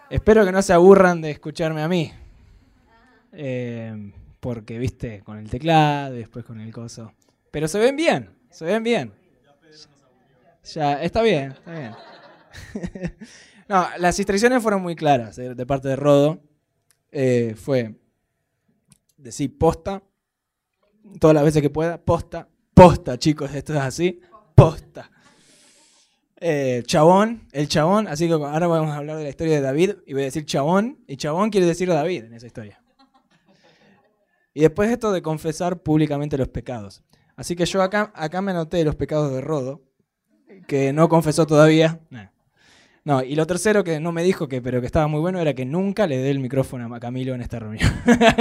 Espero que no se aburran de escucharme a mí. Porque, viste, con el teclado y después con el coso. Pero se ven bien, se ven bien. Ya, está bien, está bien. No, las instrucciones fueron muy claras de parte de Rodo. Fue decir posta, todas las veces que pueda, posta, posta, chicos, esto es así, posta. Chabón, el chabón, así que ahora vamos a hablar de la historia de David y voy a decir chabón, y chabón quiere decir David en esa historia. Y después esto de confesar públicamente los pecados. Así que yo acá me anoté los pecados de Rodo, que no confesó todavía. No, y lo tercero que no me dijo, pero que estaba muy bueno, era que nunca le dé el micrófono a Camilo en esta reunión.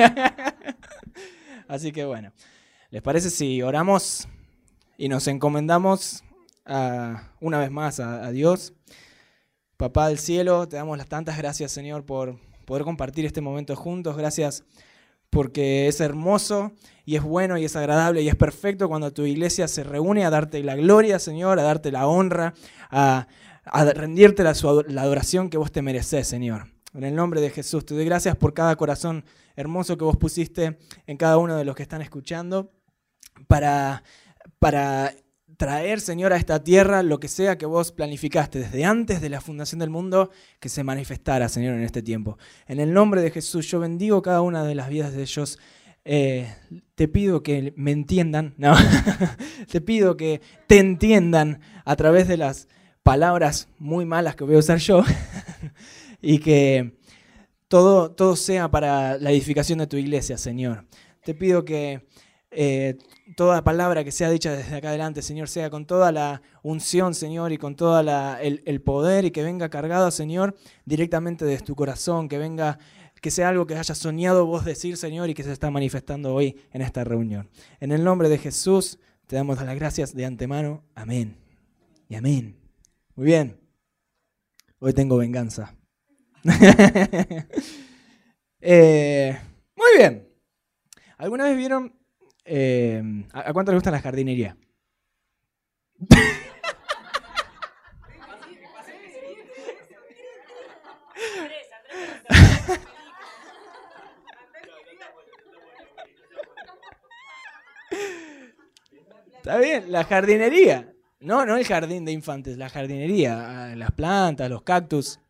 Así que bueno, ¿les parece si oramos y nos encomendamos una vez más a Dios? Papá del cielo, te damos las tantas gracias, Señor, por poder compartir este momento juntos. Gracias porque es hermoso y es bueno y es agradable y es perfecto cuando tu iglesia se reúne a darte la gloria, Señor, a darte la honra, a rendirte la adoración que vos te mereces, Señor. En el nombre de Jesús, te doy gracias por cada corazón hermoso que vos pusiste en cada uno de los que están escuchando para traer, Señor, a esta tierra lo que sea que vos planificaste desde antes de la fundación del mundo que se manifestara, Señor, en este tiempo. En el nombre de Jesús, yo bendigo cada una de las vidas de ellos. Te pido que me entiendan, no, te pido que te entiendan a través de las palabras muy malas que voy a usar yo y que todo sea para la edificación de tu iglesia, Señor. Te pido que toda palabra que sea dicha desde acá adelante, Señor, sea con toda la unción, Señor, y con todo el poder y que venga cargado, Señor, directamente desde tu corazón, que sea algo que hayas soñado vos decir, Señor, y que se está manifestando hoy en esta reunión. En el nombre de Jesús, te damos las gracias de antemano. Amén. Y amén. Muy bien. Hoy tengo venganza. Muy bien. ¿Alguna vez vieron a cuánto les gusta la jardinería? Está bien, la jardinería. No el jardín de infantes, la jardinería, las plantas, los cactus.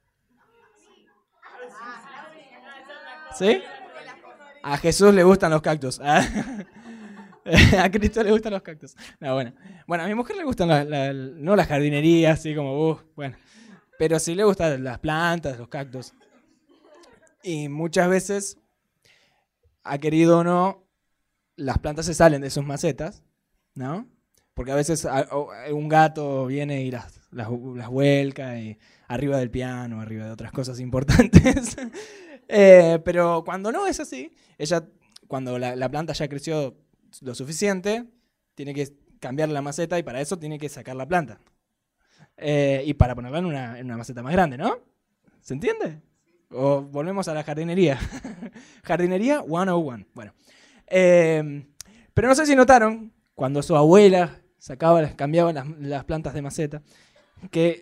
¿Sí? A Jesús le gustan los cactus. A Cristo le gustan los cactus. No, bueno, a mi mujer le gustan no la jardinería, así como, bueno. Pero sí le gustan las plantas, los cactus. Y muchas veces, ha querido o no, las plantas se salen de sus macetas, ¿no? Porque a veces un gato viene y las vuelca y arriba del piano, arriba de otras cosas importantes. Pero cuando no es así, cuando la planta ya creció lo suficiente, tiene que cambiar la maceta y para eso tiene que sacar la planta. Y para ponerla en una maceta más grande, ¿no? ¿Se entiende? O volvemos a la jardinería. Jardinería 101. Bueno. Pero no sé si notaron, cuando su abuela cambiaba las plantas de maceta, que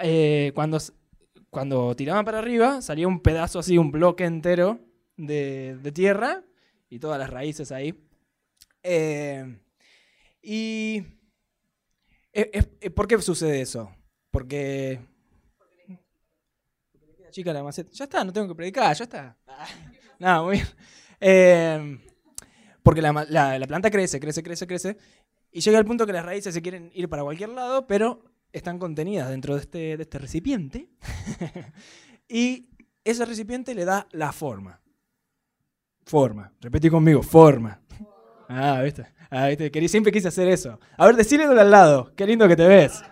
cuando tiraban para arriba salía un pedazo así, un bloque entero de tierra y todas las raíces ahí. ¿Por qué sucede eso? Porque le queda chica la maceta. Ya está, no tengo que predicar, ya está. No, muy bien. Porque la planta crece y llega al punto que las raíces se quieren ir para cualquier lado, pero están contenidas dentro de este recipiente. Y ese recipiente le da la forma. Forma. Repetí conmigo, forma. ¿Viste? Siempre quise hacer eso. A ver, decile al lado. Qué lindo que te ves.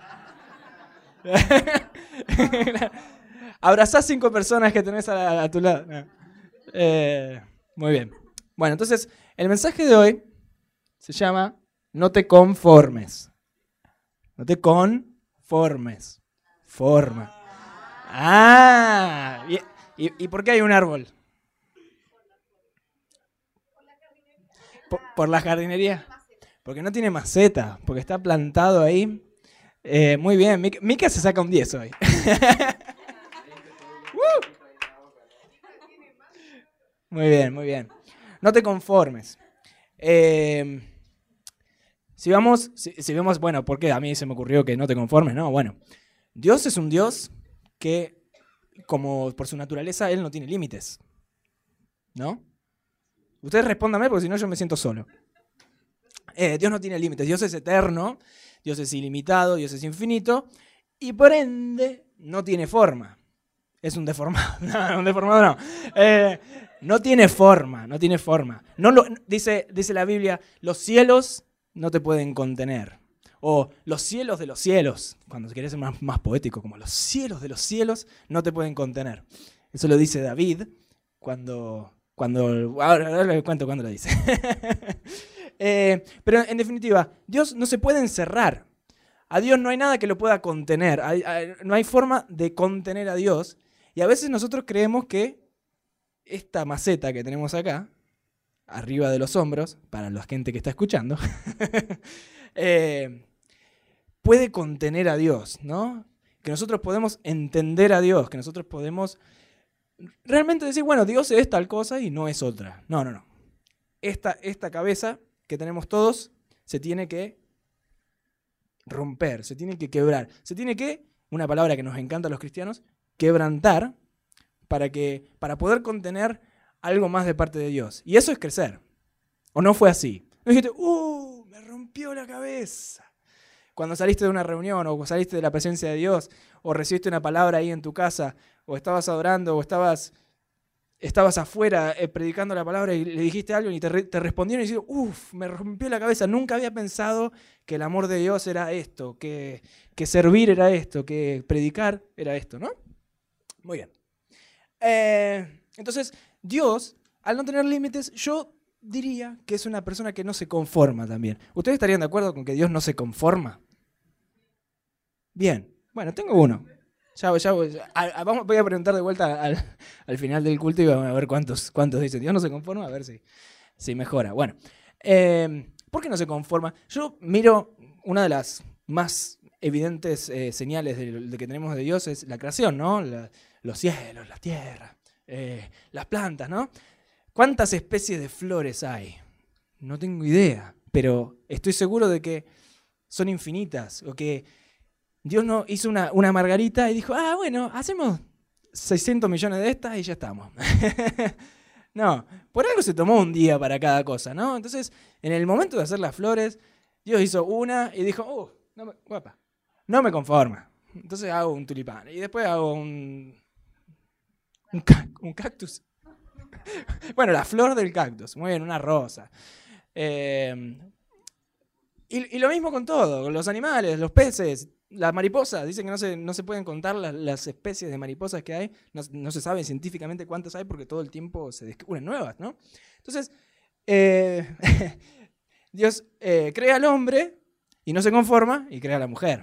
Abrazás 5 personas que tenés a tu lado. Muy bien. Bueno, entonces, el mensaje de hoy se llama No te conformes. No te conformes. Forma. ¿Y por qué hay un árbol? Por la jardinería. Porque no tiene maceta, porque está plantado ahí. Muy bien, Mica se saca un 10 hoy. Muy bien, muy bien. No te conformes. Si vemos, bueno, ¿por qué a mí se me ocurrió que no te conformes? No, bueno, Dios es un Dios que, como por su naturaleza, Él no tiene límites, ¿no? Ustedes respóndanme porque si no yo me siento solo. Dios no tiene límites, Dios es eterno, Dios es ilimitado, Dios es infinito y por ende no tiene forma. Es un deformado, no, un deformado no. No tiene forma, no tiene forma. Dice la Biblia, los cielos no te pueden contener. O los cielos de los cielos, cuando querés ser más poético, como los cielos de los cielos no te pueden contener. Eso lo dice David ahora les cuento cuándo lo dice. Pero en definitiva, Dios no se puede encerrar. A Dios no hay nada que lo pueda contener. No hay forma de contener a Dios. Y a veces nosotros creemos que esta maceta que tenemos acá, arriba de los hombros, para la gente que está escuchando, puede contener a Dios, ¿no? Que nosotros podemos entender a Dios, que nosotros podemos realmente decir, bueno, Dios es tal cosa y no es otra. No. Esta cabeza que tenemos todos se tiene que romper, se tiene que quebrar, se tiene que, una palabra que nos encanta a los cristianos, quebrantar para poder contener algo más de parte de Dios. Y eso es crecer. ¿O no fue así? No dijiste, me rompió la cabeza. Cuando saliste de una reunión, o saliste de la presencia de Dios, o recibiste una palabra ahí en tu casa, o estabas adorando, o estabas afuera predicando la palabra y le dijiste algo y te respondieron y dijeron, me rompió la cabeza. Nunca había pensado que el amor de Dios era esto, que servir era esto, que predicar era esto, ¿no? Muy bien. Entonces, Dios, al no tener límites, yo diría que es una persona que no se conforma también. ¿Ustedes estarían de acuerdo con que Dios no se conforma? Bien, bueno, tengo uno. Voy a preguntar de vuelta al final del culto y vamos a ver cuántos dicen Dios no se conforma, a ver si mejora. Bueno, ¿por qué no se conforma? Yo miro una de las más evidentes señales de que tenemos de Dios es la creación, ¿no? Los cielos, la tierra, las plantas, ¿no? ¿Cuántas especies de flores hay? No tengo idea, pero estoy seguro de que son infinitas, o que Dios no hizo una margarita y dijo, bueno, hacemos 600 millones de estas y ya estamos. No, por algo se tomó un día para cada cosa, ¿no? Entonces, en el momento de hacer las flores, Dios hizo una y dijo, no me conforma. Entonces hago un tulipán y después hago un cactus. Bueno, la flor del cactus, muy bien, una rosa. Y lo mismo con todo, con los animales, los peces, las mariposas. Dicen que no se pueden contar las especies de mariposas que hay. No se sabe científicamente cuántas hay porque todo el tiempo se descubren nuevas, ¿no? Entonces, Dios crea al hombre y no se conforma y crea a la mujer.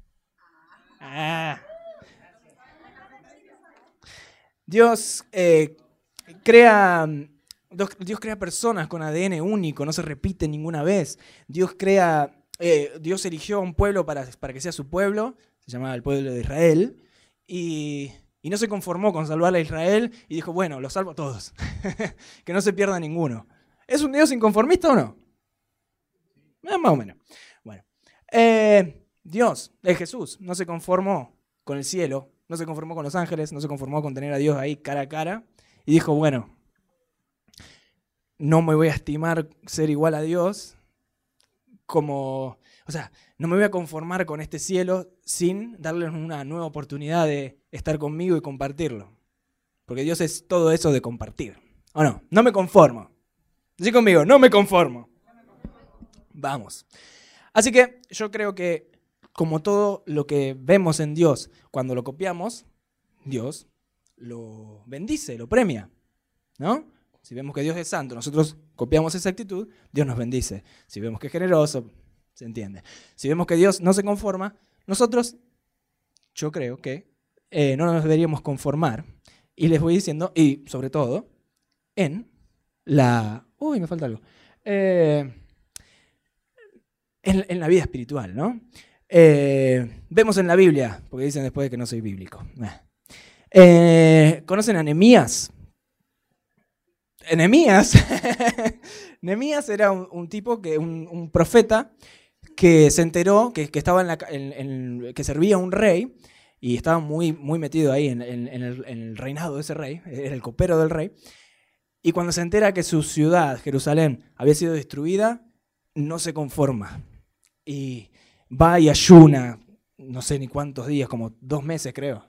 Dios crea personas con ADN único, no se repite ninguna vez. Dios eligió a un pueblo para que sea su pueblo, se llamaba el pueblo de Israel, y no se conformó con salvar a Israel y dijo, bueno, los salvo a todos, que no se pierda ninguno. ¿Es un Dios inconformista o no? Más o menos. Bueno, Dios, Jesús, no se conformó con el cielo, no se conformó con los ángeles, no se conformó con tener a Dios ahí cara a cara, y dijo, bueno, no me voy a estimar ser igual a Dios, no me voy a conformar con este cielo sin darles una nueva oportunidad de estar conmigo y compartirlo. Porque Dios es todo eso de compartir. ¿O no? No me conformo. Decí conmigo, no me conformo. Vamos. Así que yo creo que como todo lo que vemos en Dios, cuando lo copiamos, Dios lo bendice, lo premia, ¿no? Si vemos que Dios es santo, nosotros copiamos esa actitud, Dios nos bendice. Si vemos que es generoso, se entiende. Si vemos que Dios no se conforma, nosotros, yo creo que no nos deberíamos conformar. Y les voy diciendo, y sobre todo, en la... Uy, me falta algo. En la vida espiritual, ¿no? Vemos en la Biblia, porque dicen después que no soy bíblico. ¿Conocen a Nehemías? Nehemías, Nehemías era un tipo, un profeta, que se enteró que estaba que servía a un rey y estaba muy, muy metido ahí en el reinado de ese rey, era el copero del rey. Y cuando se entera que su ciudad, Jerusalén, había sido destruida, no se conforma. Y va y ayuna, no sé ni cuántos días, como 2 meses creo.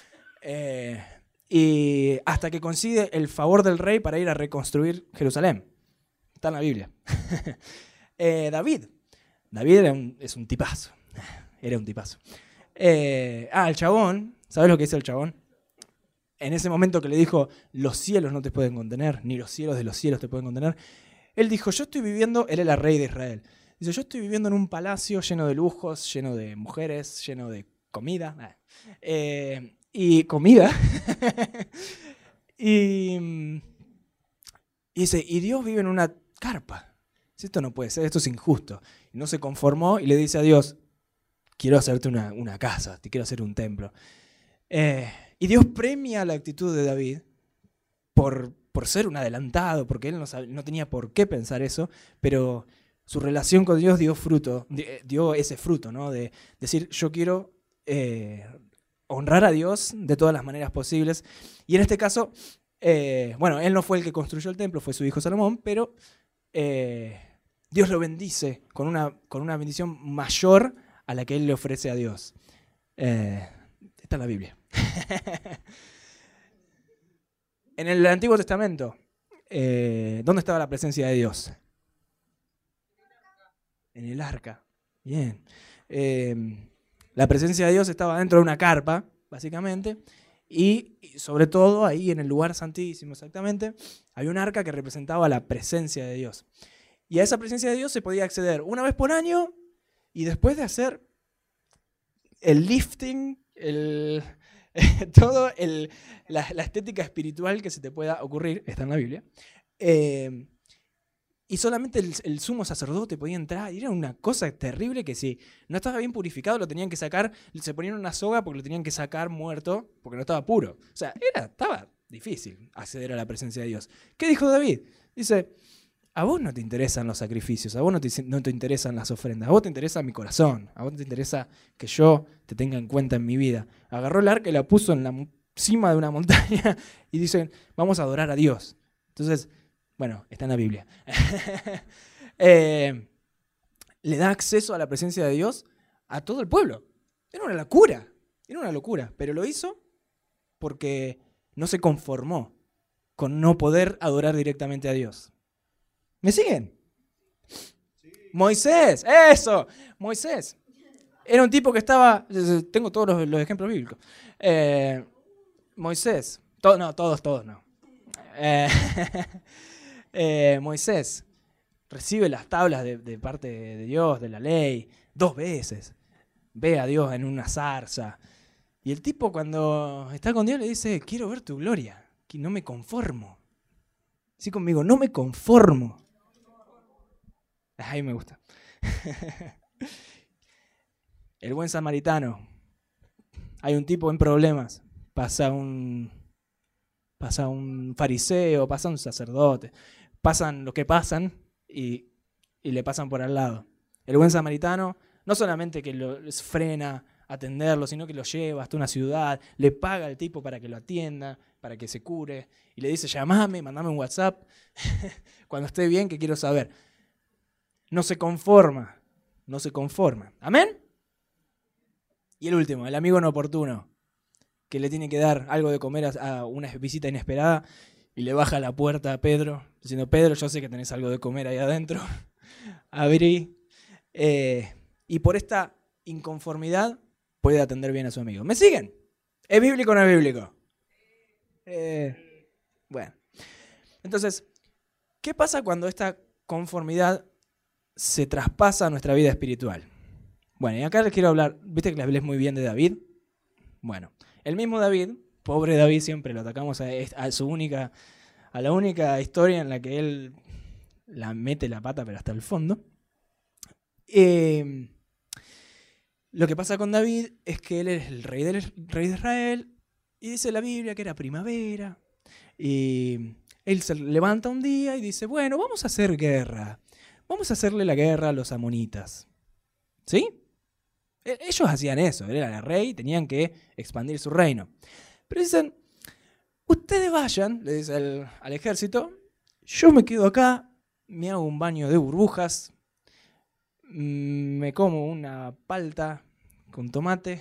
Y hasta que consigue el favor del rey para ir a reconstruir Jerusalén. Está en la Biblia. David es un tipazo. Era un tipazo. El chabón, ¿sabes lo que hizo el chabón? En ese momento que le dijo, los cielos no te pueden contener, ni los cielos de los cielos te pueden contener, él dijo, él era rey de Israel. Dice, yo estoy viviendo en un palacio lleno de lujos, lleno de mujeres, lleno de comida. Y comida. y dice, y Dios vive en una carpa. Esto no puede ser, esto es injusto. Y no se conformó y le dice a Dios, quiero hacerte una casa, te quiero hacer un templo. Y Dios premia la actitud de David por ser un adelantado, porque él no tenía por qué pensar eso, pero su relación con Dios dio ese fruto, ¿no? De decir, yo quiero honrar a Dios de todas las maneras posibles. Y en este caso, él no fue el que construyó el templo, fue su hijo Salomón, pero Dios lo bendice con una bendición mayor a la que él le ofrece a Dios. Está en la Biblia. En el Antiguo Testamento, ¿dónde estaba la presencia de Dios? En el arca. Bien. La presencia de Dios estaba dentro de una carpa, básicamente, y sobre todo ahí en el lugar santísimo, exactamente, había un arca que representaba la presencia de Dios. Y a esa presencia de Dios se podía acceder una vez por año y después de hacer el lifting, la estética espiritual que se te pueda ocurrir, está en la Biblia, y solamente el sumo sacerdote podía entrar, y era una cosa terrible que si no estaba bien purificado lo tenían que sacar, se ponían una soga porque lo tenían que sacar muerto, porque no estaba puro. O sea, estaba difícil acceder a la presencia de Dios. ¿Qué dijo David? Dice, a vos no te interesan los sacrificios, a vos no te interesan las ofrendas, a vos te interesa mi corazón, a vos te interesa que yo te tenga en cuenta en mi vida. Agarró el arca y la puso en la cima de una montaña y dice, vamos a adorar a Dios. Entonces, bueno, está en la Biblia. Le da acceso a la presencia de Dios a todo el pueblo. Era una locura, pero lo hizo porque no se conformó con no poder adorar directamente a Dios. ¿Me siguen? Sí. Moisés, eso, Moisés. Era un tipo que estaba, tengo todos los ejemplos bíblicos. Moisés, todos no. Moisés recibe las tablas de parte de Dios, de la ley, 2 veces. Ve a Dios en una zarza. Y el tipo cuando está con Dios le dice, quiero ver tu gloria, que no me conformo. Así conmigo, no me conformo. Ahí me gusta. El buen samaritano. Hay un tipo en problemas. Pasa un fariseo, pasa un sacerdote. Pasan lo que pasan y le pasan por al lado. El buen samaritano no solamente que les frena a atenderlo, sino que lo lleva hasta una ciudad, le paga al tipo para que lo atienda, para que se cure, y le dice, llamame, mandame un WhatsApp, cuando esté bien que quiero saber. No se conforma. ¿Amén? Y el último, el amigo inoportuno, que le tiene que dar algo de comer a una visita inesperada y le baja la puerta a Pedro, diciendo, Pedro, yo sé que tenés algo de comer ahí adentro, abrí. Y por esta inconformidad puede atender bien a su amigo. ¿Me siguen? ¿Es bíblico o no es bíblico? Bueno. Entonces, ¿qué pasa cuando esta conformidad se traspasa a nuestra vida espiritual? Bueno, y acá les quiero hablar, ¿viste que les hablé muy bien de David? Bueno, el mismo David, pobre David, siempre lo atacamos a la única historia en la que él la mete la pata pero hasta el fondo. Lo que pasa con David es que él es el rey de Israel y dice la Biblia que era primavera y él se levanta un día y dice, bueno, vamos a hacer guerra. Vamos a hacerle la guerra a los amonitas. ¿Sí? Ellos hacían eso, él era el rey, tenían que expandir su reino. Pero dicen, ustedes vayan, le dice al ejército, yo me quedo acá, me hago un baño de burbujas, me como una palta con tomate,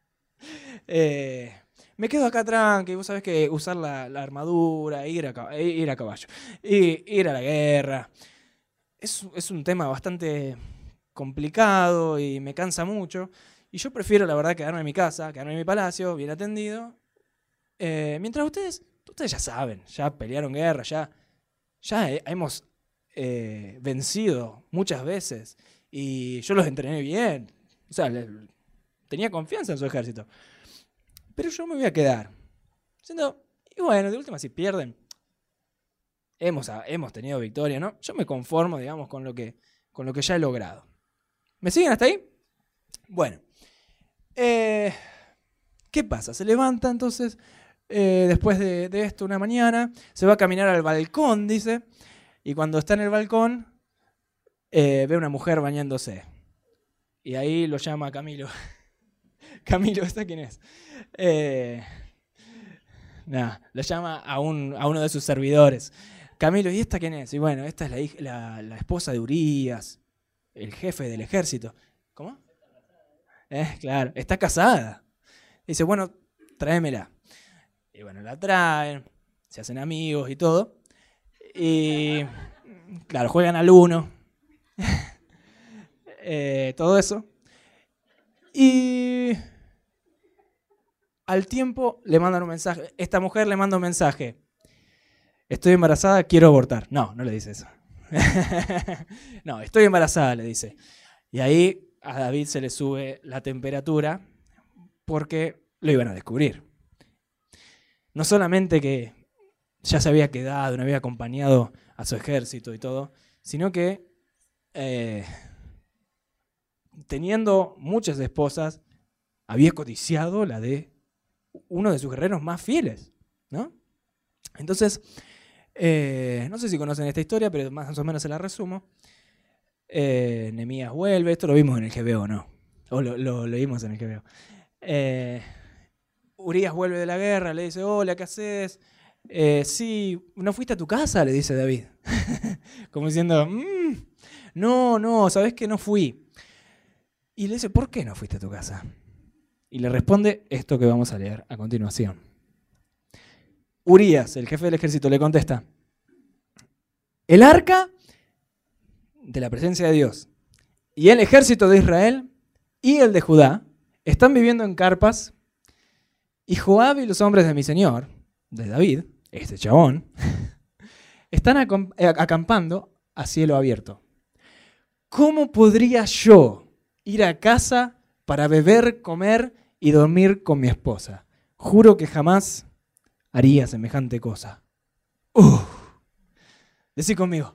me quedo acá tranqui, vos sabés que usar la armadura, ir a caballo, ir a la guerra, es un tema bastante complicado y me cansa mucho. Y yo prefiero, la verdad, quedarme en mi casa, quedarme en mi palacio, bien atendido. Mientras ustedes ya saben, ya pelearon guerra, ya hemos vencido muchas veces. Y yo los entrené bien. O sea, tenía confianza en su ejército. Pero yo me voy a quedar. Y bueno, de última, si pierden, hemos tenido victoria, ¿no? Yo me conformo, digamos, con lo que ya he logrado. ¿Me siguen hasta ahí? Bueno. ¿Qué pasa? Se levanta entonces, después de esto, una mañana, se va a caminar al balcón, dice, y cuando está en el balcón, ve una mujer bañándose. Y ahí lo llama Camilo. Camilo, ¿esta quién es? Lo llama a uno de sus servidores. Camilo, ¿y esta quién es? Y bueno, esta es la esposa de Urías, el jefe del ejército. ¿Cómo? Claro, está casada. Dice, bueno, tráemela. Y bueno, la traen, se hacen amigos y todo. Y claro, juegan al uno. Todo eso. Y al tiempo le mandan un mensaje. Esta mujer le manda un mensaje. Estoy embarazada, quiero abortar. No le dice eso. No, estoy embarazada, le dice. Y ahí a David se le sube la temperatura porque lo iban a descubrir. No solamente que ya se había quedado, no había acompañado a su ejército y todo, sino que teniendo muchas esposas, había codiciado la de uno de sus guerreros más fieles, ¿no? Entonces, no sé si conocen esta historia, pero más o menos se la resumo. Nehemías vuelve, esto lo vimos en el GBO, ¿no? O lo leímos en el GBO. Urías vuelve de la guerra, le dice, hola, ¿qué haces? Sí, ¿no fuiste a tu casa? Le dice David. Como diciendo, no, ¿sabés que no fui? Y le dice, ¿por qué no fuiste a tu casa? Y le responde esto que vamos a leer a continuación. Urías, el jefe del ejército, le contesta, el arca de la presencia de Dios y el ejército de Israel y el de Judá están viviendo en carpas y Joab y los hombres de mi señor, de David, este chabón, están acampando a cielo abierto. ¿Cómo podría yo ir a casa para beber, comer y dormir con mi esposa? Juro que jamás haría semejante cosa. Decí conmigo.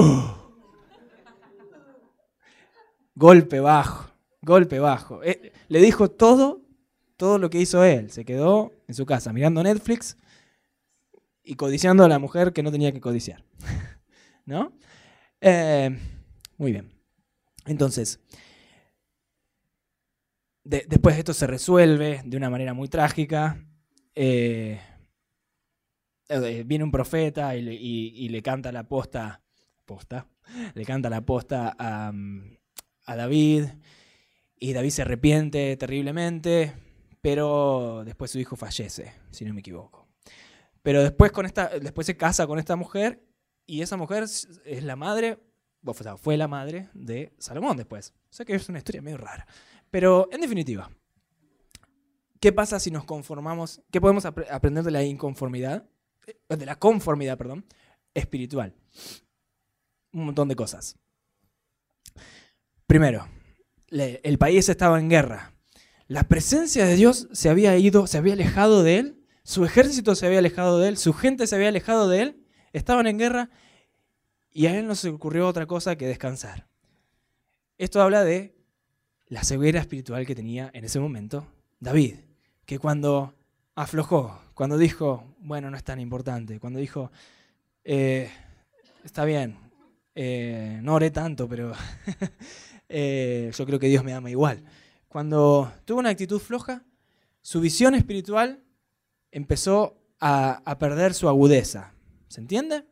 Golpe bajo. Le dijo todo lo que hizo él. Se quedó en su casa mirando Netflix y codiciando a la mujer que no tenía que codiciar. ¿No? Muy bien. Entonces, después esto se resuelve de una manera muy trágica. Viene un profeta y le canta la posta. Le canta la posta a David. Y David se arrepiente terriblemente, pero después su hijo fallece, si no me equivoco. Pero después se casa con esta mujer y esa mujer es la madre, o sea, fue la madre de Salomón después. O sea que es una historia medio rara. Pero en definitiva, ¿qué pasa si nos conformamos? ¿Qué podemos aprender de la inconformidad? De la conformidad, perdón, espiritual. Un montón de cosas. Primero, el país estaba en guerra. La presencia de Dios se había ido, se había alejado de él. Su ejército se había alejado de él. Su gente se había alejado de él. Estaban en guerra y a él no se le ocurrió otra cosa que descansar. Esto habla de la ceguera espiritual que tenía en ese momento David, que cuando aflojó, cuando dijo, bueno, no es tan importante, cuando dijo, Está bien. No oré tanto, pero yo creo que Dios me ama igual. Cuando tuvo una actitud floja, su visión espiritual empezó a perder su agudeza. ¿Se entiende?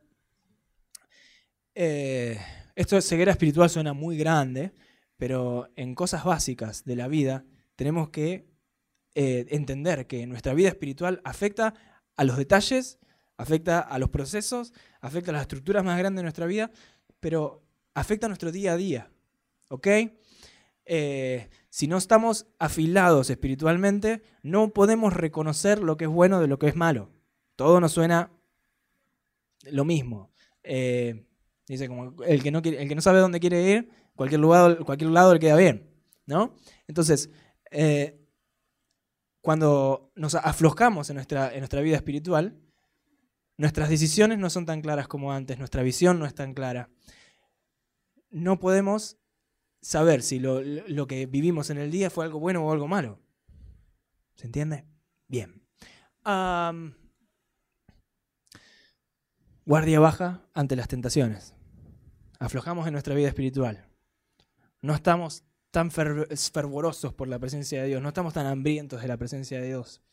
Esto de ceguera espiritual suena muy grande, pero en cosas básicas de la vida tenemos que entender que nuestra vida espiritual afecta a los detalles, afecta a los procesos, afecta a las estructuras más grandes de nuestra vida, pero afecta a nuestro día a día. ¿Ok? Si no estamos afilados espiritualmente, no podemos reconocer lo que es bueno de lo que es malo. Todo nos suena lo mismo. Dice como el que no sabe dónde quiere ir, cualquier lado le queda bien, ¿no? Entonces, cuando nos aflojamos en nuestra vida espiritual, nuestras decisiones no son tan claras como antes, nuestra visión no es tan clara. No podemos saber si lo que vivimos en el día fue algo bueno o algo malo. ¿Se entiende? Bien. Guardia baja ante las tentaciones. Aflojamos en nuestra vida espiritual. No estamos tan fervorosos por la presencia de Dios, no estamos tan hambrientos de la presencia de Dios.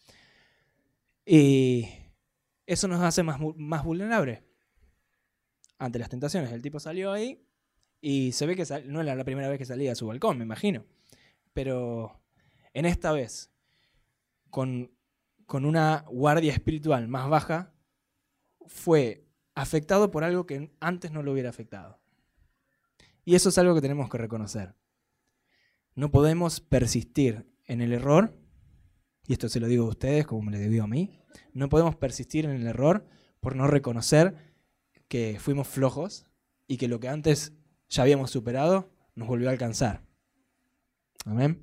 Y eso nos hace más vulnerables ante las tentaciones. El tipo salió ahí y se ve que no era la primera vez que salía a su balcón, me imagino. Pero en esta vez, con una guardia espiritual más baja, fue afectado por algo que antes no lo hubiera afectado. Y eso es algo que tenemos que reconocer. No podemos persistir en el error, y esto se lo digo a ustedes como me lo digo a mí, no podemos persistir en el error por no reconocer que fuimos flojos y que lo que antes ya habíamos superado nos volvió a alcanzar. Amén.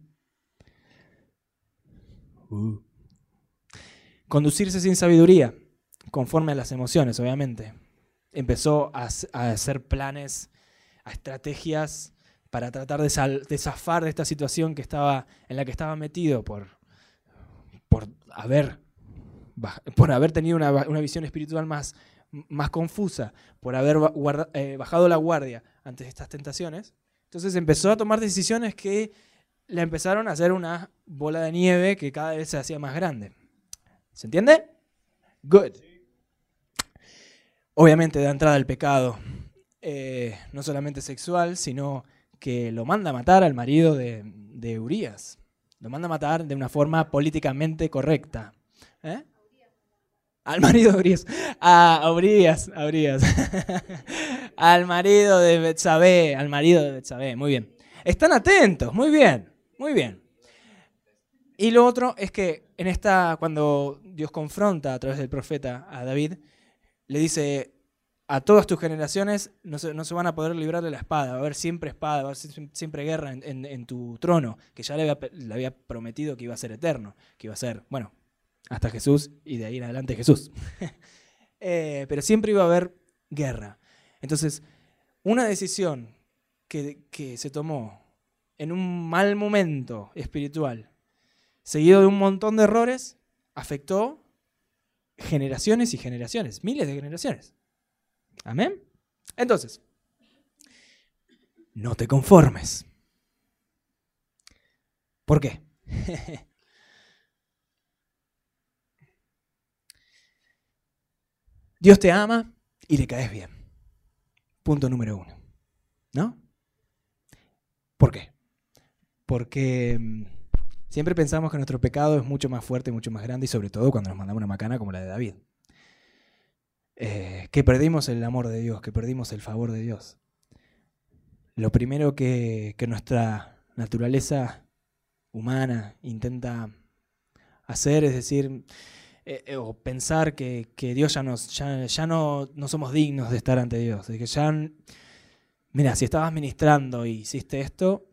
Conducirse sin sabiduría, conforme a las emociones, obviamente. Empezó a hacer planes, a estrategias para tratar de zafar de esta situación en la que estaba metido por haber tenido una visión espiritual más confusa, por haber bajado la guardia ante estas tentaciones. Entonces empezó a tomar decisiones que le empezaron a hacer una bola de nieve que cada vez se hacía más grande. ¿Se entiende? Good. Obviamente da entrada al pecado, no solamente sexual, sino que lo manda a matar al marido de Urías. Lo manda a matar de una forma políticamente correcta. Al marido de Urías. A Urías. Al marido de Betsabé. Muy bien. Están atentos. Muy bien. Y lo otro es que cuando Dios confronta a través del profeta a David, le dice: a todas tus generaciones no se van a poder librar de la espada, va a haber siempre espada, va a haber siempre guerra en tu trono, que ya le había prometido que iba a ser eterno, que iba a ser, bueno, hasta Jesús y de ahí en adelante Jesús. Pero siempre iba a haber guerra. Entonces, una decisión que se tomó en un mal momento espiritual, seguido de un montón de errores, afectó generaciones y generaciones, miles de generaciones. ¿Amén? Entonces, no te conformes. ¿Por qué? Dios te ama y le caes bien. Punto número 1. ¿No? ¿Por qué? Porque siempre pensamos que nuestro pecado es mucho más fuerte, mucho más grande, y sobre todo cuando nos mandamos una macana como la de David. Que perdimos el amor de Dios, que perdimos el favor de Dios. Lo primero que nuestra naturaleza humana intenta hacer es decir, o pensar que Dios ya no somos dignos de estar ante Dios. De que mira, si estabas ministrando y hiciste esto,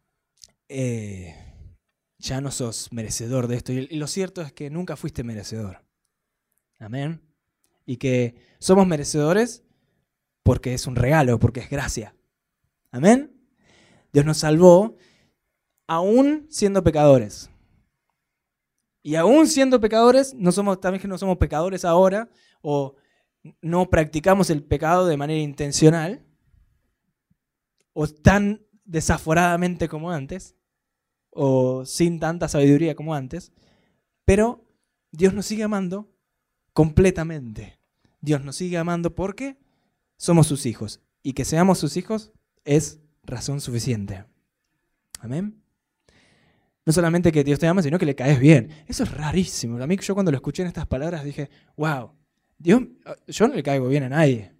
ya no sos merecedor de esto. Y lo cierto es que nunca fuiste merecedor. Amén. Y que somos merecedores porque es un regalo, porque es gracia. Amén. Dios nos salvó aún siendo pecadores. Y aún siendo pecadores, también que no somos pecadores ahora, o no practicamos el pecado de manera intencional o tan desaforadamente como antes, o sin tanta sabiduría como antes, pero Dios nos sigue amando completamente. Dios nos sigue amando porque somos sus hijos. Y que seamos sus hijos es razón suficiente. Amén. No solamente que Dios te ama, sino que le caes bien. Eso es rarísimo. A mí, yo cuando lo escuché en estas palabras dije, wow, Dios, yo no le caigo bien a nadie.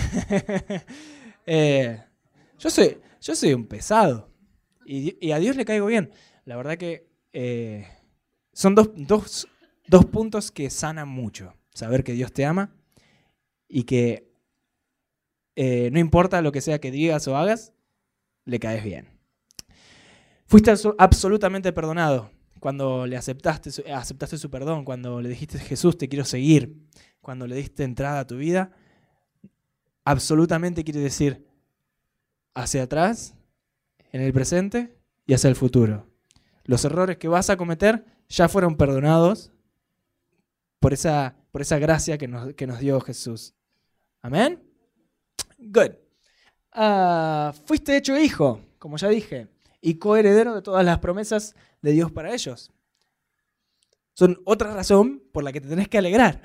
Yo soy un pesado. Y a Dios le caigo bien. La verdad que son dos puntos que sanan mucho. Saber que Dios te ama y que no importa lo que sea que digas o hagas, le caes bien. Fuiste absolutamente perdonado cuando le aceptaste su perdón, cuando le dijiste, Jesús, te quiero seguir, cuando le diste entrada a tu vida. Absolutamente quiere decir hacia atrás, en el presente y hacia el futuro. Los errores que vas a cometer ya fueron perdonados por esa gracia que nos dio Jesús. ¿Amén? Good. Fuiste hecho hijo, como ya dije, y coheredero de todas las promesas de Dios para ellos. Son otra razón por la que te tenés que alegrar.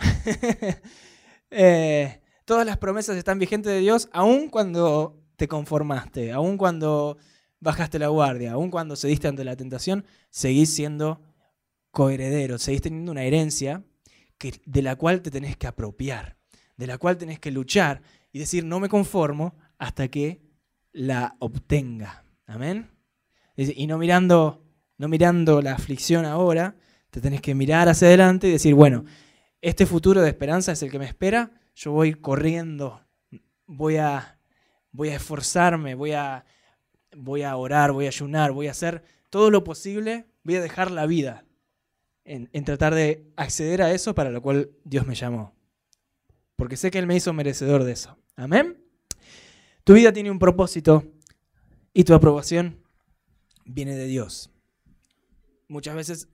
Todas las promesas están vigentes de Dios, aun cuando te conformaste, aun cuando bajaste la guardia, aun cuando cediste ante la tentación, seguís siendo coheredero, seguís teniendo una herencia de la cual te tenés que apropiar, de la cual tenés que luchar y decir, no me conformo hasta que la obtenga. Amén. Y no mirando la aflicción ahora, te tenés que mirar hacia adelante y decir, bueno, este futuro de esperanza es el que me espera, yo voy corriendo, voy a esforzarme, voy a orar, voy a ayunar, voy a hacer todo lo posible, voy a dejar la vida en tratar de acceder a eso para lo cual Dios me llamó. Porque sé que Él me hizo merecedor de eso. Amén. Tu vida tiene un propósito y tu aprobación viene de Dios. Muchas veces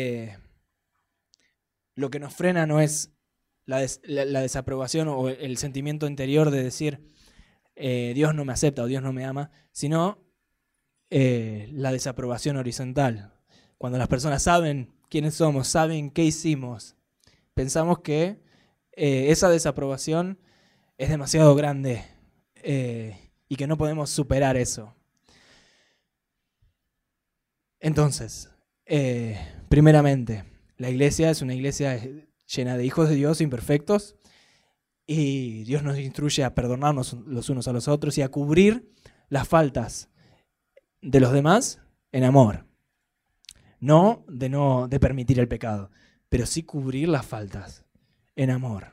lo que nos frena no es la desaprobación o el sentimiento interior de decir Dios no me acepta o Dios no me ama, sino la desaprobación horizontal. Cuando las personas saben quiénes somos, saben qué hicimos, pensamos que esa desaprobación es demasiado grande y que no podemos superar eso. Entonces, primeramente, la iglesia es una iglesia llena de hijos de Dios imperfectos y Dios nos instruye a perdonarnos los unos a los otros y a cubrir las faltas de los demás en amor. No de permitir el pecado, pero sí cubrir las faltas en amor.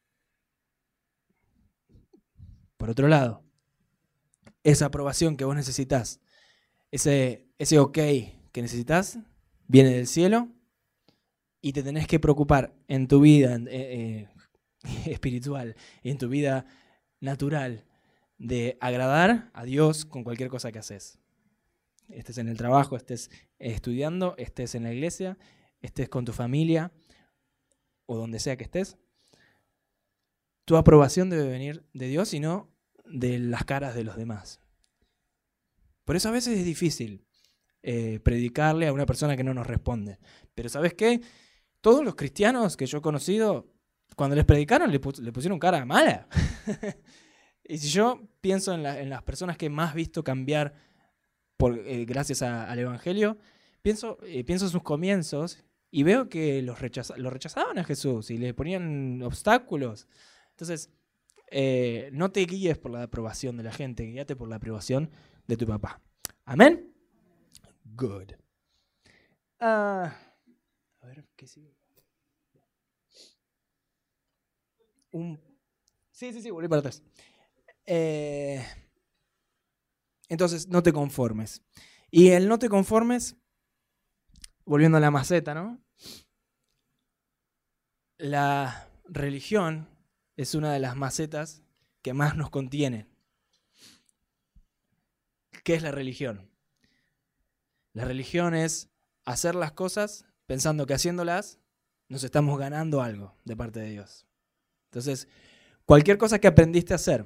Por otro lado, esa aprobación que vos necesitas, ese ok que necesitas, viene del cielo y te tenés que preocupar en tu vida espiritual y en tu vida natural de agradar a Dios con cualquier cosa que haces. Estés en el trabajo, estés estudiando, estés en la iglesia, estés con tu familia o donde sea que estés. Tu aprobación debe venir de Dios y no de las caras de los demás. Por eso a veces es difícil predicarle a una persona que no nos responde. Pero ¿sabes qué? Todos los cristianos que yo he conocido, cuando les predicaron, le pusieron cara mala. Y si yo pienso en las personas que más he visto cambiar gracias al Evangelio, pienso en sus comienzos y veo que lo rechazaban a Jesús y le ponían obstáculos. Entonces, no te guíes por la aprobación de la gente, guíate por la aprobación de tu papá. ¿Amén? Good. A ver, ¿qué sigue? Sí, volví para atrás. Entonces, no te conformes. Y el no te conformes, volviendo a la maceta, ¿no? La religión es una de las macetas que más nos contiene. ¿Qué es la religión? La religión es hacer las cosas pensando que haciéndolas nos estamos ganando algo de parte de Dios. Entonces, Cualquier cosa que aprendiste a hacer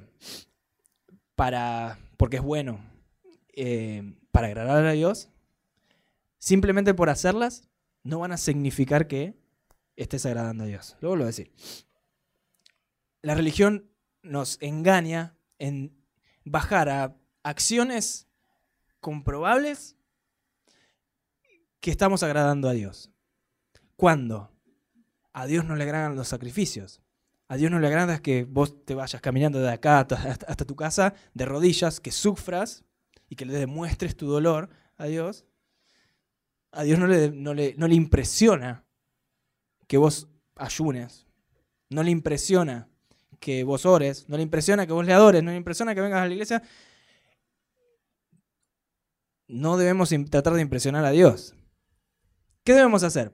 porque es bueno, para agradar a Dios, simplemente por hacerlas, no van a significar que estés agradando a Dios. Luego lo voy a decir. La religión nos engaña en bajar a acciones comprobables que estamos agradando a Dios. ¿Cuándo? A Dios no le agradan los sacrificios. A Dios no le agrada que vos te vayas caminando de acá hasta tu casa de rodillas, que sufras y que le demuestres tu dolor a Dios. A Dios no le impresiona que vos ayunes. No le impresiona que vos ores. No le impresiona que vos le adores. No le impresiona que vengas a la iglesia. No debemos tratar de impresionar a Dios. ¿Qué debemos hacer?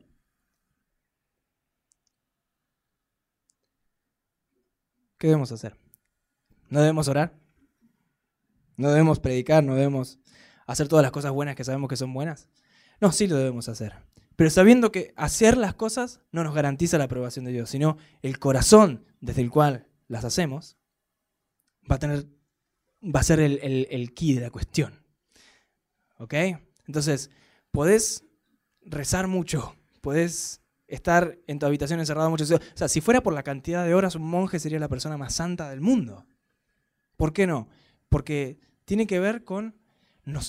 ¿Qué debemos hacer? ¿No debemos orar? ¿No debemos predicar? ¿No debemos hacer todas las cosas buenas que sabemos que son buenas? No, sí lo debemos hacer. Pero sabiendo que hacer las cosas no nos garantiza la aprobación de Dios, sino el corazón desde el cual las hacemos va a ser el key de la cuestión. ¿Ok? Entonces, podés rezar mucho, podés estar en tu habitación encerrado mucho. O sea, si fuera por la cantidad de horas, un monje sería la persona más santa del mundo. ¿Por qué no? Porque tiene que ver con los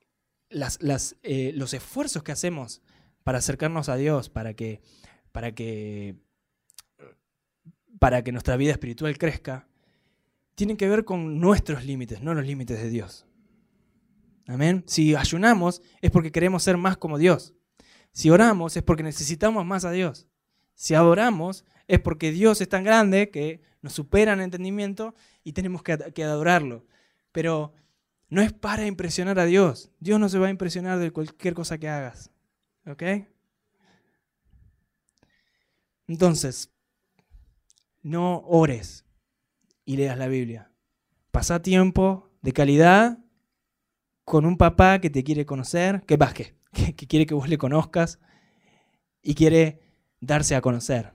esfuerzos que hacemos para acercarnos a Dios, para que nuestra vida espiritual crezca, tienen que ver con nuestros límites, no los límites de Dios. Amén. Si ayunamos es porque queremos ser más como Dios. Si oramos es porque necesitamos más a Dios. Si adoramos es porque Dios es tan grande que nos supera en entendimiento y tenemos que adorarlo. Pero no es para impresionar a Dios. Dios no se va a impresionar de cualquier cosa que hagas. ¿Ok? Entonces, no ores y leas la Biblia. Pasá tiempo de calidad con un papá que te quiere conocer, que quiere que vos le conozcas y quiere darse a conocer.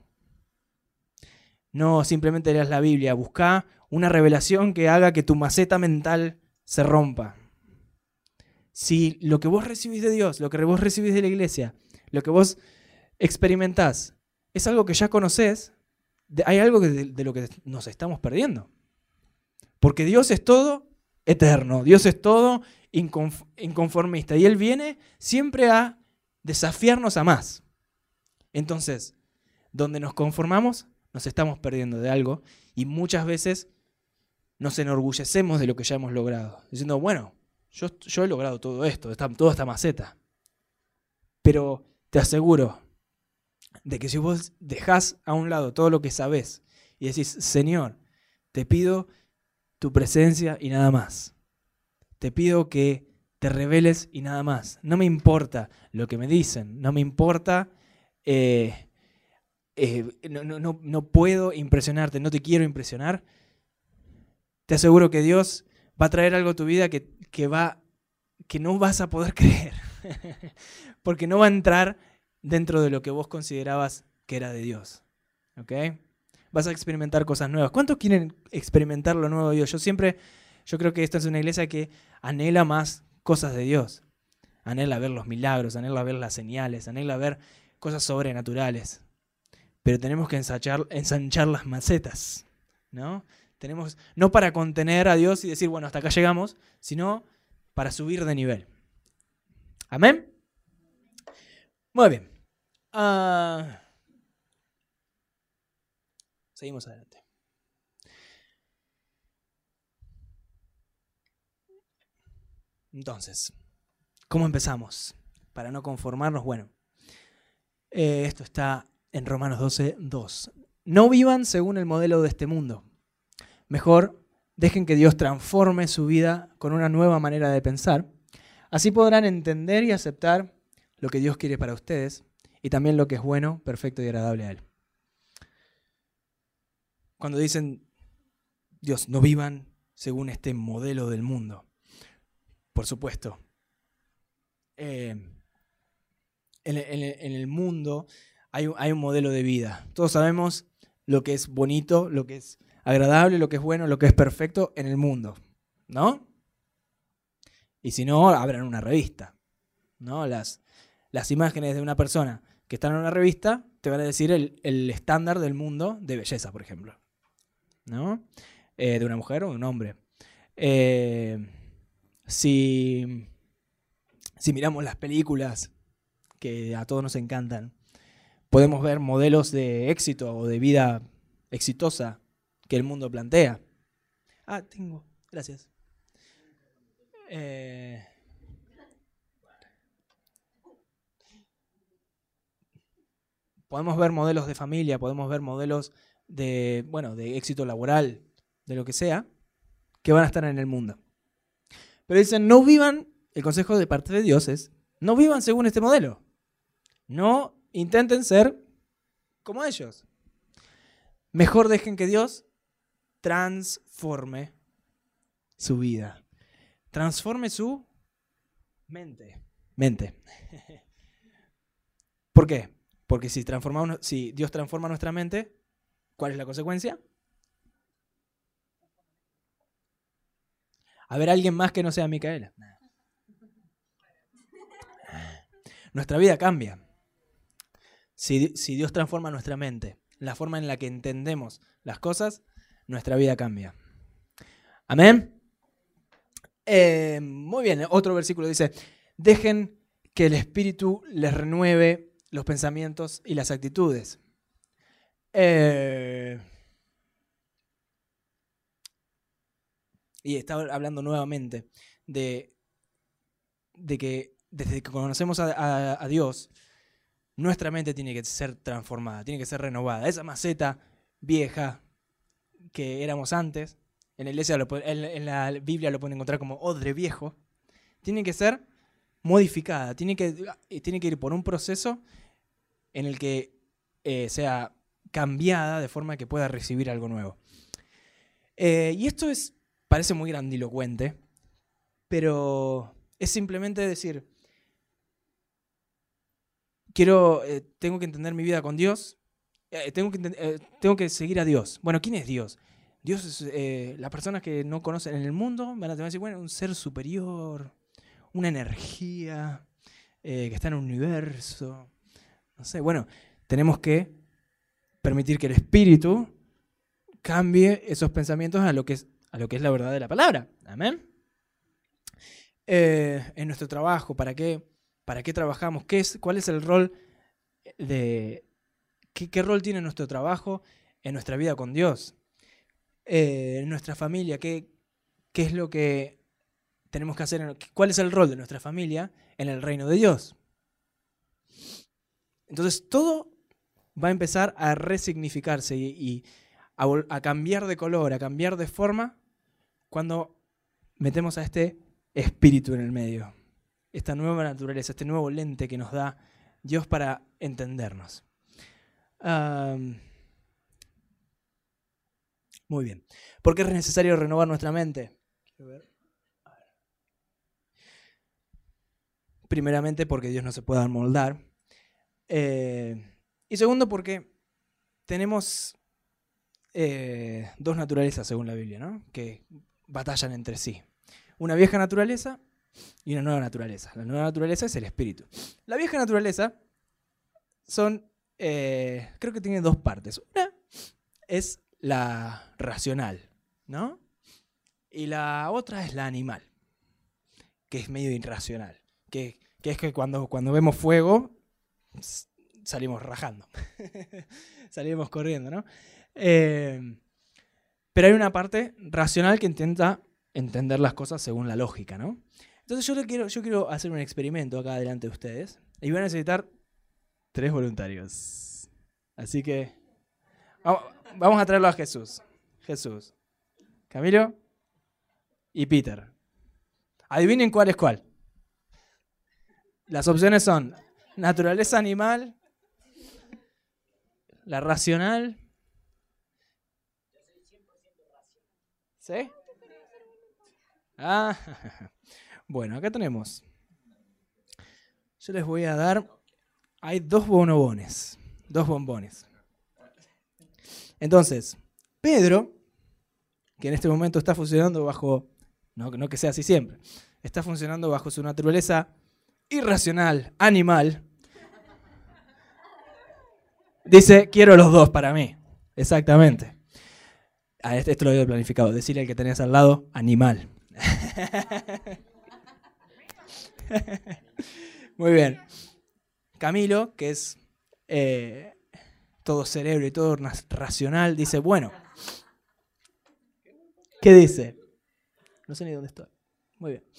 No simplemente leas la Biblia, buscá una revelación que haga que tu maceta mental se rompa. Si lo que vos recibís de Dios, lo que vos recibís de la iglesia, lo que vos experimentás, es algo que ya conocés, hay algo de lo que nos estamos perdiendo. Porque Dios es todo eterno, Dios es todo inconformista y Él viene siempre a desafiarnos a más. Entonces, donde nos conformamos, nos estamos perdiendo de algo y muchas veces nos enorgullecemos de lo que ya hemos logrado, diciendo, bueno, yo he logrado todo esto, toda esta maceta. Pero te aseguro de que si vos dejás a un lado todo lo que sabés y decís, Señor, te pido tu presencia y nada más. Te pido que te reveles y nada más. No me importa lo que me dicen, no me importa, no puedo impresionarte, no te quiero impresionar. Te aseguro que Dios va a traer algo a tu vida que no vas a poder creer, porque no va a entrar dentro de lo que vos considerabas que era de Dios. ¿Ok? Vas a experimentar cosas nuevas. ¿Cuántos quieren experimentar lo nuevo de Dios? Yo creo que esta es una iglesia que anhela más cosas de Dios. Anhela ver los milagros, anhela ver las señales, anhela ver cosas sobrenaturales. Pero tenemos que ensanchar las macetas, ¿no? No para contener a Dios y decir, bueno, hasta acá llegamos, sino para subir de nivel. ¿Amén? Muy bien. Seguimos adelante. Entonces, ¿cómo empezamos? Para no conformarnos, bueno, esto está en Romanos 12:2. No vivan según el modelo de este mundo. Mejor, dejen que Dios transforme su vida con una nueva manera de pensar. Así podrán entender y aceptar lo que Dios quiere para ustedes y también lo que es bueno, perfecto y agradable a Él. Cuando dicen, Dios, no vivan según este modelo del mundo. Por supuesto, en el mundo hay un modelo de vida. Todos sabemos lo que es bonito, lo que es agradable, lo que es bueno, lo que es perfecto en el mundo, ¿no? Y si no, abran una revista, ¿no? Las imágenes de una persona que están en una revista te van a decir el estándar del mundo de belleza, por ejemplo, ¿no? De una mujer o de un hombre. Si miramos las películas que a todos nos encantan, podemos ver modelos de éxito o de vida exitosa que el mundo plantea. Gracias. Podemos ver modelos de familia, podemos ver modelos de éxito laboral, de lo que sea, que van a estar en el mundo. Pero dicen, no vivan, el consejo de parte de Dios es, no vivan según este modelo. No intenten ser como ellos. Mejor dejen que Dios transforme su vida. Transforme su mente. ¿Por qué? Porque si Dios transforma nuestra mente, ¿cuál es la consecuencia? A ver, alguien más que no sea Micaela. Nuestra vida cambia. Si Dios transforma nuestra mente, la forma en la que entendemos las cosas, nuestra vida cambia. ¿Amén? Muy bien, otro versículo dice, dejen que el Espíritu les renueve los pensamientos y las actitudes. Y estaba hablando nuevamente de que desde que conocemos a Dios, nuestra mente tiene que ser transformada, tiene que ser renovada. Esa maceta vieja que éramos antes, en la iglesia, en la Biblia lo pueden encontrar como odre viejo, tiene que ser modificada, tiene que ir por un proceso en el que sea cambiada de forma que pueda recibir algo nuevo. Y esto parece muy grandilocuente, pero es simplemente decir, tengo que entender mi vida con Dios, tengo que seguir a Dios. Bueno, ¿quién es Dios? Dios es, las personas que no conocen en el mundo van a decir, bueno, un ser superior, una energía que está en un universo. No sé, bueno, tenemos que permitir que el Espíritu cambie esos pensamientos a lo que es la verdad de la palabra. Amén. En nuestro trabajo, ¿para qué trabajamos? ¿Cuál es el rol qué rol tiene nuestro trabajo en nuestra vida con Dios? En nuestra familia, ¿qué es lo que tenemos que hacer? ¿Cuál es el rol de nuestra familia en el reino de Dios? Entonces todo va a empezar a resignificarse y a cambiar de color, a cambiar de forma cuando metemos a este espíritu en el medio. Esta nueva naturaleza, este nuevo lente que nos da Dios para entendernos. Muy bien. ¿Por qué es necesario renovar nuestra mente? Primeramente porque Dios no se puede amoldar. Y segundo porque tenemos dos naturalezas según la Biblia, ¿no? Que batallan entre sí. Una vieja naturaleza y una nueva naturaleza. La nueva naturaleza es el espíritu. La vieja naturaleza creo que tiene dos partes. Una es la racional, ¿no? Y la otra es la animal, que es medio irracional. Que es que cuando vemos fuego salimos rajando. Salimos corriendo, ¿no? Pero hay una parte racional que intenta entender las cosas según la lógica, ¿no? Entonces yo quiero hacer un experimento acá delante de ustedes y van a necesitar 3 voluntarios. Así que vamos a traerlo a Jesús. Jesús, Camilo y Peter. Adivinen cuál es cuál. Las opciones son naturaleza animal, la racional. ¿Sí? Bueno, acá tenemos. Yo les voy a dar. Hay 2 bombones. 2 bombones. Entonces, Pedro que en este momento está funcionando bajo, no que sea así siempre, está funcionando bajo su naturaleza irracional, animal, dice, quiero los dos para mí. Exactamente. Esto lo había planificado. Decirle al que tenés al lado, animal. Muy bien. Camilo, que es todo cerebro y todo racional, dice, bueno. ¿Qué dice? No sé ni dónde estoy. Muy bien.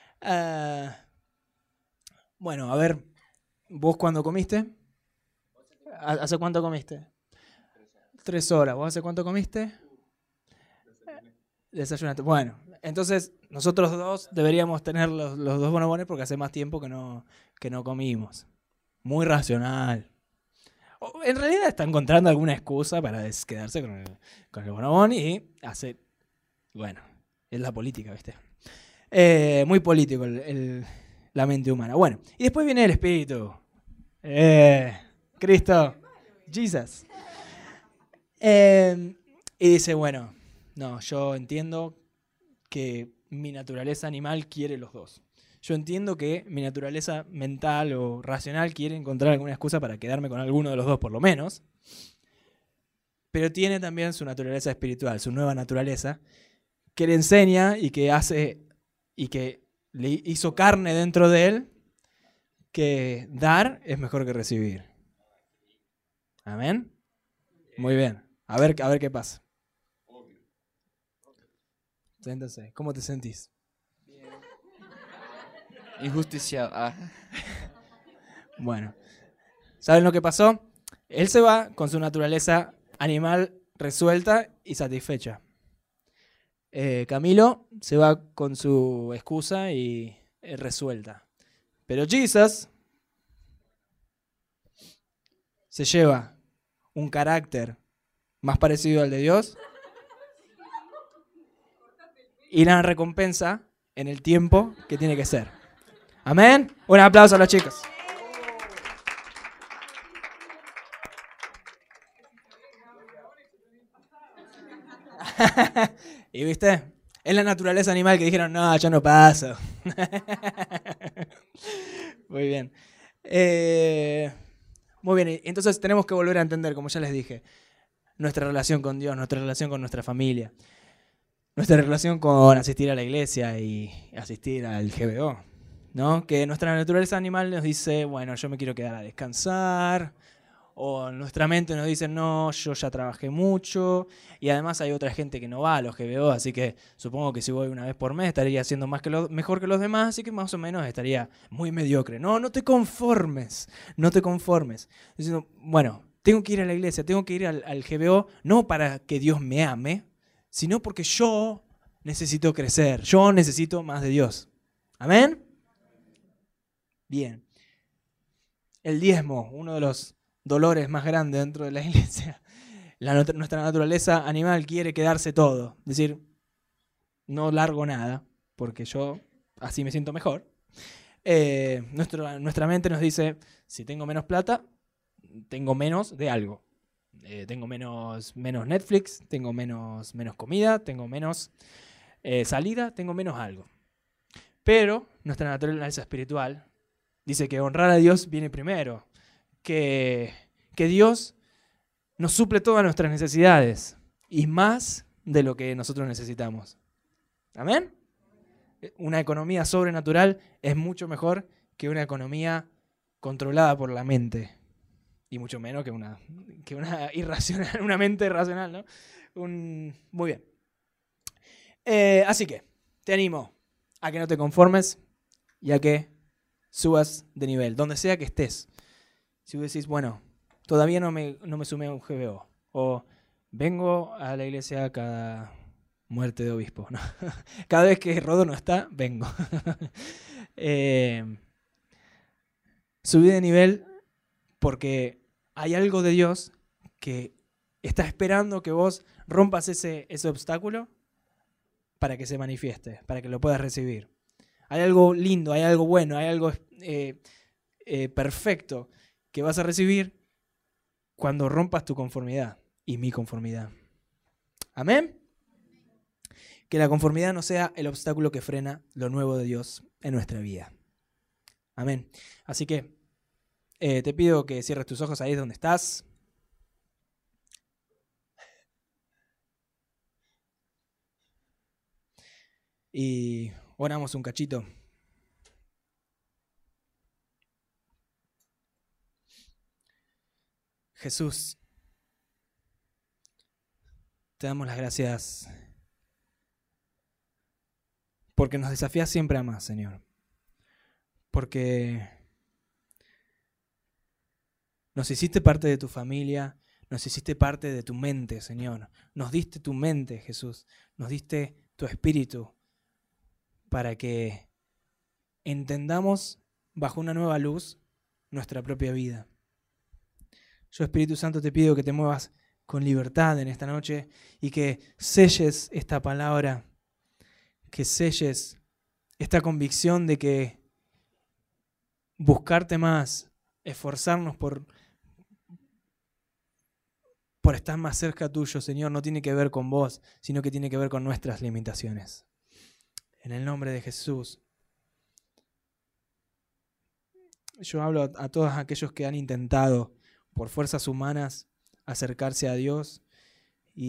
Bueno, a ver, ¿vos cuándo comiste? ¿Hace cuánto comiste? 3 horas. ¿Vos hace cuánto comiste? Desayunaste. Bueno, entonces nosotros dos deberíamos tener los dos bonobones porque hace más tiempo que no comimos. Muy racional. En realidad está encontrando alguna excusa para quedarse con el bonobón y hace... Bueno, es la política, ¿viste? Muy político la mente humana. Bueno, y después viene el espíritu. Cristo. Jesus. Y dice, bueno, no, yo entiendo que mi naturaleza animal quiere los dos. Yo entiendo que mi naturaleza mental o racional quiere encontrar alguna excusa para quedarme con alguno de los dos por lo menos. Pero tiene también su naturaleza espiritual, su nueva naturaleza, que le enseña y que hace y que le hizo carne dentro de él, que dar es mejor que recibir. ¿Amén? Muy bien. A ver qué pasa. Entonces, ¿cómo te sentís? Injusticiado. Bueno, ¿saben lo que pasó? Él se va con su naturaleza animal resuelta y satisfecha. Camilo se va con su excusa y resuelta. Pero Jesus se lleva un carácter más parecido al de Dios y la recompensa en el tiempo que tiene que ser. Amén. Un aplauso a los chicos. ¿Y viste? Es la naturaleza animal que dijeron, no, yo no paso. Muy bien. Muy bien, entonces tenemos que volver a entender, como ya les dije, nuestra relación con Dios, nuestra relación con nuestra familia, nuestra relación con asistir a la iglesia y asistir al GBO, ¿no? Que nuestra naturaleza animal nos dice, bueno, yo me quiero quedar a descansar, o nuestra mente nos dice, no, yo ya trabajé mucho, y además hay otra gente que no va a los GBO, así que supongo que si voy una vez por mes estaría haciendo mejor que los demás, así que más o menos estaría muy mediocre. No te conformes, no te conformes. Diciendo, bueno, tengo que ir a la iglesia, tengo que ir al GBO, no para que Dios me ame, sino porque yo necesito crecer, yo necesito más de Dios. ¿Amén? Bien. El diezmo, uno de los dolores más grandes dentro de la iglesia. Nuestra naturaleza animal quiere quedarse todo. Es decir, no largo nada, porque yo así me siento mejor. Nuestra mente nos dice, si tengo menos plata, tengo menos de algo. Tengo menos Netflix, tengo menos comida, tengo menos salida, tengo menos algo. Pero nuestra naturaleza espiritual dice que honrar a Dios viene primero. Que Dios nos suple todas nuestras necesidades y más de lo que nosotros necesitamos. ¿Amén? Una economía sobrenatural es mucho mejor que una economía controlada por la mente. Y mucho menos que una irracional, una mente irracional, ¿no? Muy bien. Así que te animo a que no te conformes y a que subas de nivel, donde sea que estés. Si vos decís, bueno, todavía no me sumé a un GBO, o vengo a la iglesia cada muerte de obispo, ¿no? Cada vez que Rodo no está, vengo. Subí de nivel porque hay algo de Dios que está esperando que vos rompas ese obstáculo para que se manifieste, para que lo puedas recibir. Hay algo lindo, hay algo bueno, hay algo perfecto que vas a recibir cuando rompas tu conformidad y mi conformidad. ¿Amén? Que la conformidad no sea el obstáculo que frena lo nuevo de Dios en nuestra vida. Amén. Así que te pido que cierres tus ojos ahí donde estás. Y oramos un cachito. Jesús, te damos las gracias porque nos desafías siempre a más, Señor. Porque nos hiciste parte de tu familia, nos hiciste parte de tu mente, Señor. Nos diste tu mente, Jesús. Nos diste tu espíritu para que entendamos bajo una nueva luz nuestra propia vida. Yo, Espíritu Santo, te pido que te muevas con libertad en esta noche y que selles esta palabra, que selles esta convicción de que buscarte más, esforzarnos por estar más cerca tuyo, Señor, no tiene que ver con vos, sino que tiene que ver con nuestras limitaciones. En el nombre de Jesús. Yo hablo a todos aquellos que han intentado por fuerzas humanas acercarse a Dios y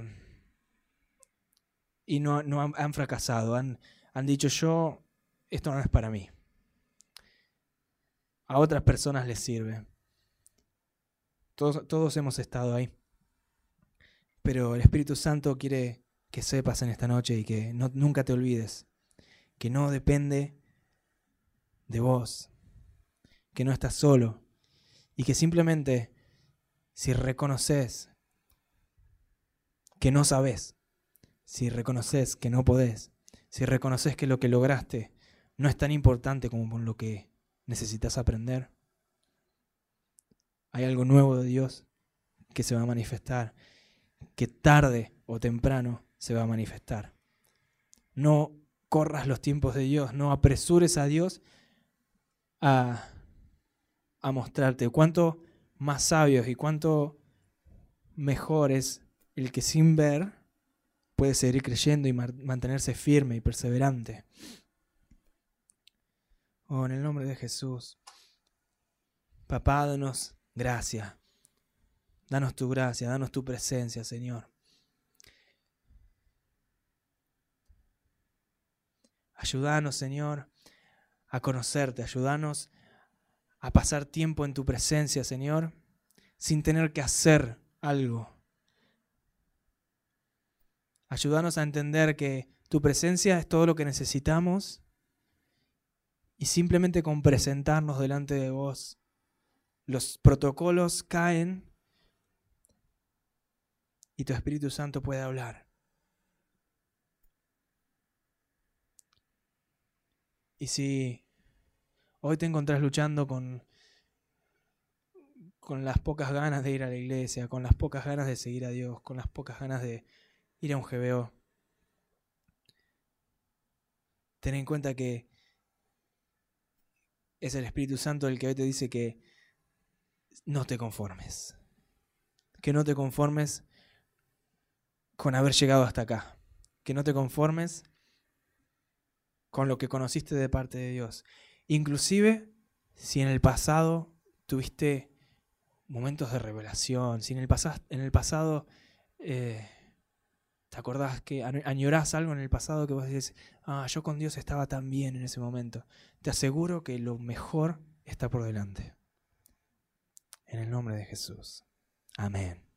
no han fracasado, han dicho esto no es para mí. A otras personas les sirve. Todos hemos estado ahí. Pero el Espíritu Santo quiere que sepas en esta noche y que nunca te olvides que no depende de vos, que no estás solo y que simplemente si reconoces que no sabés, si reconoces que no podés, si reconoces que lo que lograste no es tan importante como lo que necesitas aprender, hay algo nuevo de Dios que se va a manifestar, que tarde o temprano se va a manifestar. No corras los tiempos de Dios, no apresures a Dios a mostrarte. Cuánto más sabios y cuánto mejor es el que sin ver puede seguir creyendo y mantenerse firme y perseverante. Oh, en el nombre de Jesús. Papá, danos gracia. Danos tu gracia, danos tu presencia, Señor. Ayúdanos, Señor, a conocerte. Ayúdanos a pasar tiempo en tu presencia, Señor, sin tener que hacer algo. Ayúdanos a entender que tu presencia es todo lo que necesitamos y simplemente con presentarnos delante de vos, los protocolos caen y tu Espíritu Santo puede hablar. Y si hoy te encontrás luchando con las pocas ganas de ir a la iglesia, con las pocas ganas de seguir a Dios, con las pocas ganas de ir a un GBO, ten en cuenta que es el Espíritu Santo el que hoy te dice que no te conformes. Que no te conformes con haber llegado hasta acá. Que no te conformes con lo que conociste de parte de Dios. Inclusive si en el pasado tuviste momentos de revelación, si en el pasado te acordás que añorás algo en el pasado que vos decís, yo con Dios estaba tan bien en ese momento. Te aseguro que lo mejor está por delante. En el nombre de Jesús. Amén.